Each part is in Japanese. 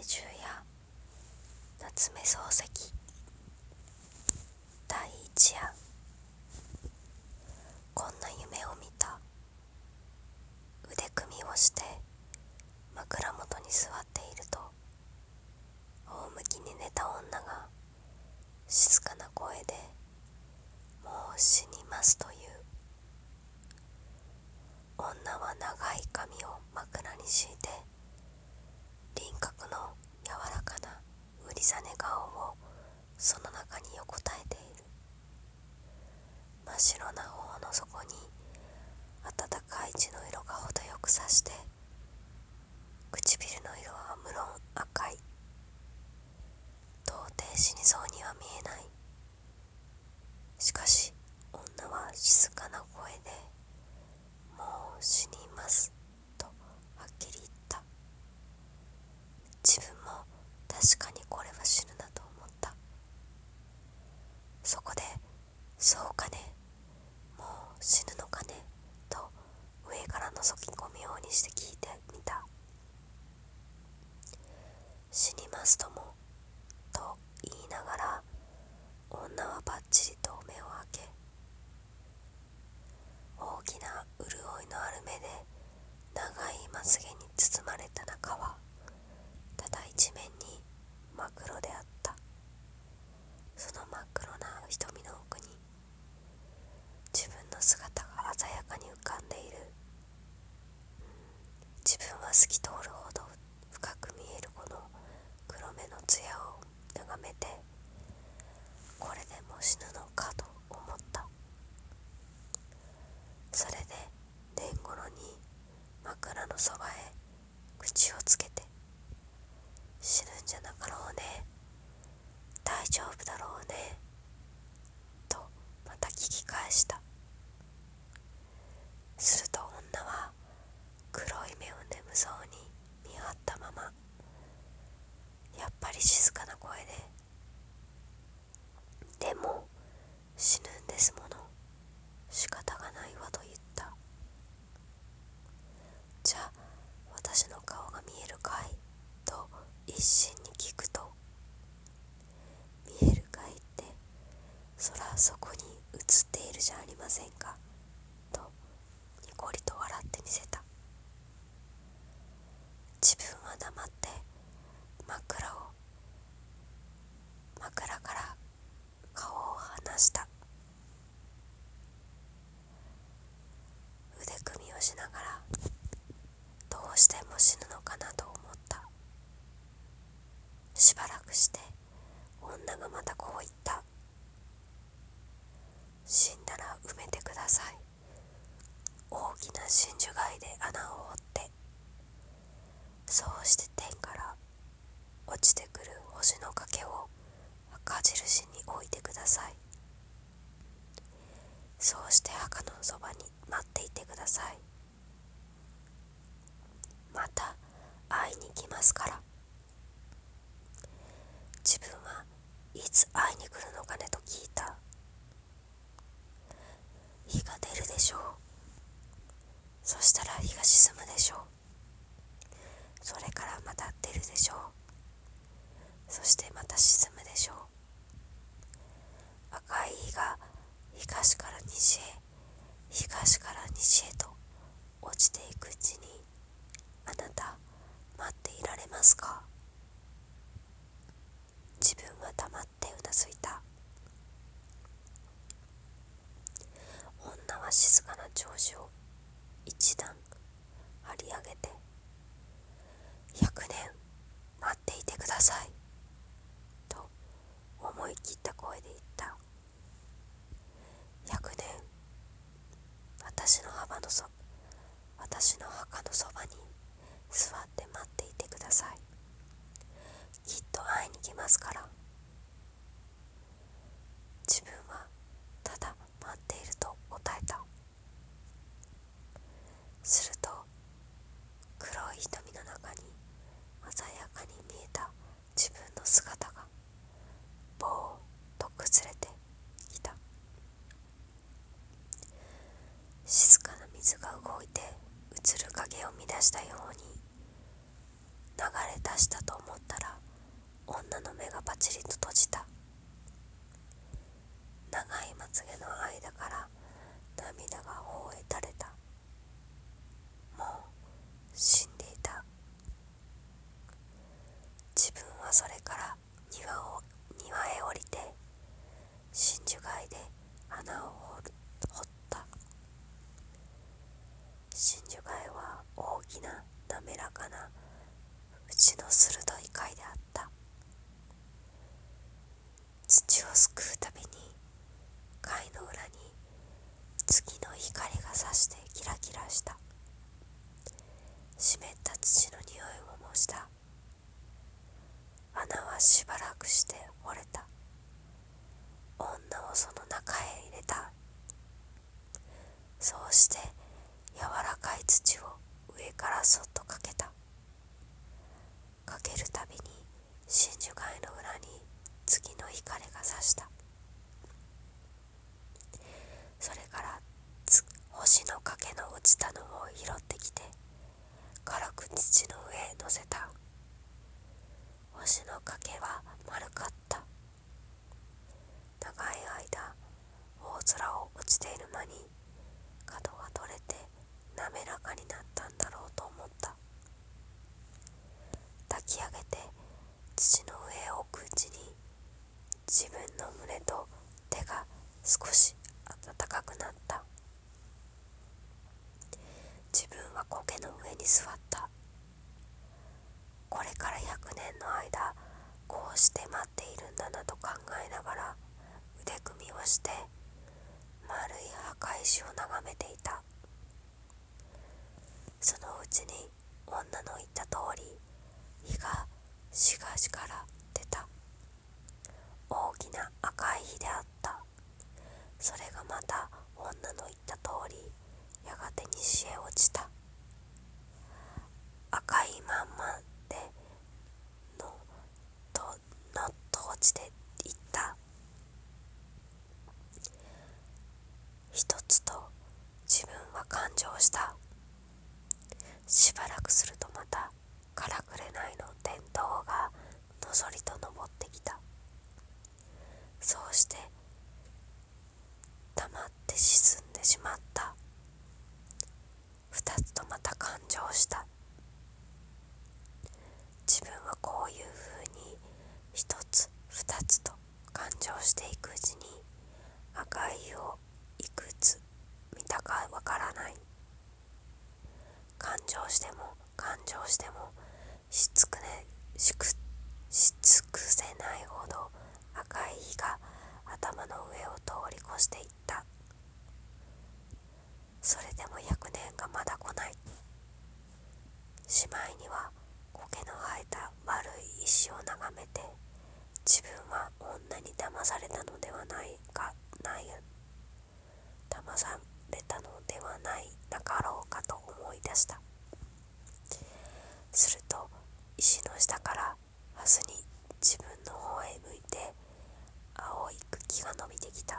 獣や夏目漱石、第一夜。こんな夢を見た。腕組みをして枕元に座っていると、仰向きに寝た女が静かな声でもう死にますという。女は長い髪を枕に敷いて、輪郭の柔らかなうりざね顔をその中に横たえている。真っ白な頬の底に暖かい血の色が程よくさして、唇の色は無論赤い。到底死にそうには見えない。しかし女は静かな声でもう死にますとはっきり言った。自分も確かにこれは死ぬなと思った。そこで、そうかね、もう死ぬのかねと上から覗き込むようにして聞いてみた。死にますともと言いながら、女はばっちりと目を開け、大きな潤いのある目で長いまつげに包まれた中はただ一面に真っ黒であった。その真っ黒な瞳の奥に自分の姿が鮮やかに浮かんでいる。自分は透き通るほど深く見えるこの黒目の艶を眺めて、これでも死ぬのかと思った。それで伝五郎に枕のそばへ口をつけて、死ぬんじゃなかろうね、大丈夫だろうねとまた聞き返した。すると女は黒い目を眠そうに見張ったまま、やっぱり静かな声で、でも死ぬんですもの、仕方がないわと言った。じゃあ私の顔が見えるかいと一心に聞くと、見えるかいって、そらそこに映っているじゃありませんかとにこりと笑ってみせた。自分は黙って枕から顔を離した。腕組みをしながら、どうしても死ぬのかなと思った。しばらくして女がまたこう言った。死んだら埋めてください。大きな真珠貝で穴を掘って、そうして天から落ちてくる星のかけを赤印に置いてください。そうして墓のそばに待っていてください。また会いに来ますから。自分はいつ会いに来るのかねと聞いた。日が出るでしょう。そしたら日が沈むでしょう。それからまた出るでしょう。そしてまた沈むでしょう。赤い日が東から西へ、東から西へと落ちていくうちに、あなた待っていられますか。自分は黙ってうなずいた。女は静かな調子を一段張り上げて、100年待っていてくださいと思い切った声で言った。100年、私の墓のそばに座って待っていてください。きっと会いに来ますから。自分はただ待っていると答えた。すると黒い瞳の中に鮮やかに見えた自分の姿がぼーっと崩れてきた。静かな水が動いて映る影を乱したように、流れ出したと思ったら自分はそれから庭へ降りて真珠貝で穴を掘った。真珠貝は大きな滑らかな縁の鋭い貝であった。土をすくうたびに貝の裏に月の光が差してキラキラした。湿った土の匂いをもした。穴はしばらくして折れた。女をその中へ入れた。そうして柔らかい土を上からそっとかけた。かけるたびに真珠貝の裏に月の光が差した。それから星のかけの落ちたのを拾ってきて軽く土の上へ乗せた。星のかけは丸かった。長い間大空を落ちている間に角が取れて滑らかになったんだろうと思った。抱き上げて土の上へ置くうちに自分の胸と手が少し暖かくなった。自分は苔の上に座った。これから100年の間こうして待っているんだなと考えながら腕組みをして丸い墓石を眺めていた。そのうちに女の言った通り火がしがしから出た。大きな赤い火であった。それがまた女の言った通りやがて西へ落ちた。赤いまんまでのっと落ちていった。一つと自分は感情した。しばらくするとまたからくれないの電灯がのぞりと登ってきた。そうして溜まって沈んでしまった。二つとまた感情した。自分はこういうふうに一つ二つと感情していくうちに赤い火をいくつ見たかわからない。感情しても感情してもしつくせないほど赤い火が頭の上を通り越していった。それでも100年がまだ来ない。しまいには苔の生えた丸い石を眺めて自分は女に騙されたのではない騙されたのではないなかろうかと思い出した。すると石の下からはすに自分の方へ向いて青い茎が伸びてきた。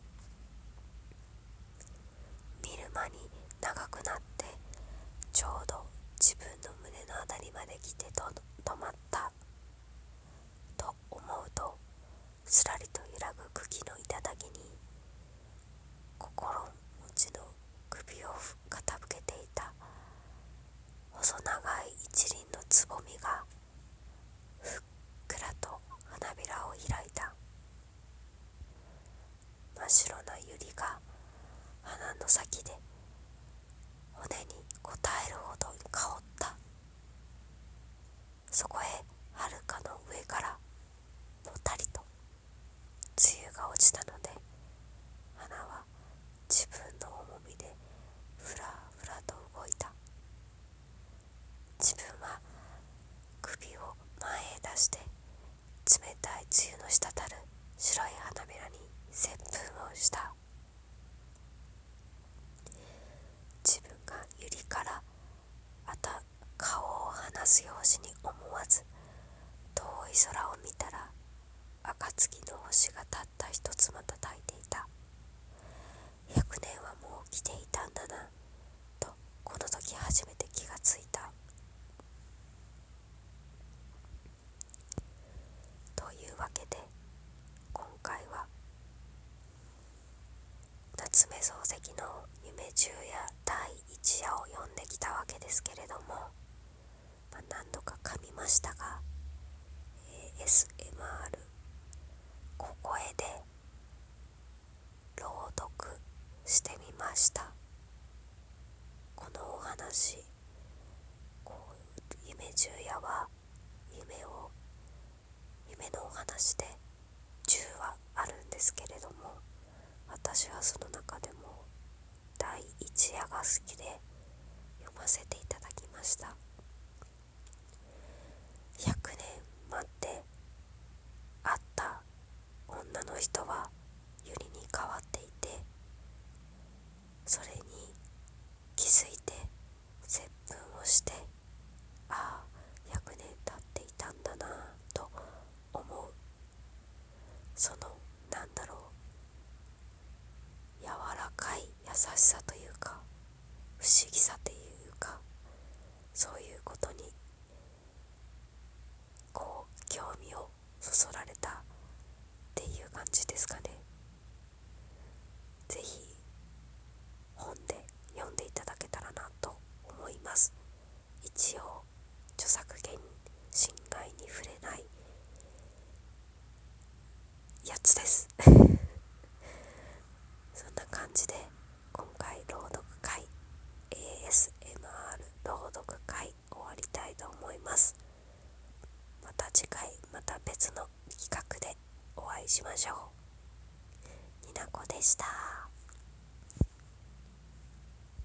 見る間に長くなってちょうど自分の胸のあたりまで来て止まったと思うと、すらりと揺らぐ茎の頂に心持ちの首を傾けていた細長い一輪のつぼみがふっくらと花びらを開いた。真っ白な百合が花の先で骨に応えるほど香った。そこへはるかの上からもたりと梅雨が落ちたので花は自分の重みでふらふらと動いた。自分は首を前へ出して冷たい梅雨の滴る白い花びらに接吻をした。自分が百合から顔を離す拍子に思わず遠い空を見たら暁の星がたった一つまたたいていた。100年はもう来ていたんだなとこの時初めて気がついた。というわけで今回は夏目漱石の夢十夜第一夜を読んできたわけですけれども、何度か噛みましたが 10夜は夢のお話で10話あるんですけれども、私はその中でも第1夜が好きで読ませていただきました。100年待って会った女の人はユリに変わっていて、それに気づいて接吻をして、ああ100年経っていたんだなと思う。その柔らかい優しさというか不思議さというか、そういうことに興味をそそられたっていう感じですかね。ぜひ本で読んでいただけたらなと思います。一応著作権侵害に触れないやつですそんな感じで今回朗読会 ASMR 朗読会終わりたいと思います。また次回また別の企画でお会いしましょう。になこでした。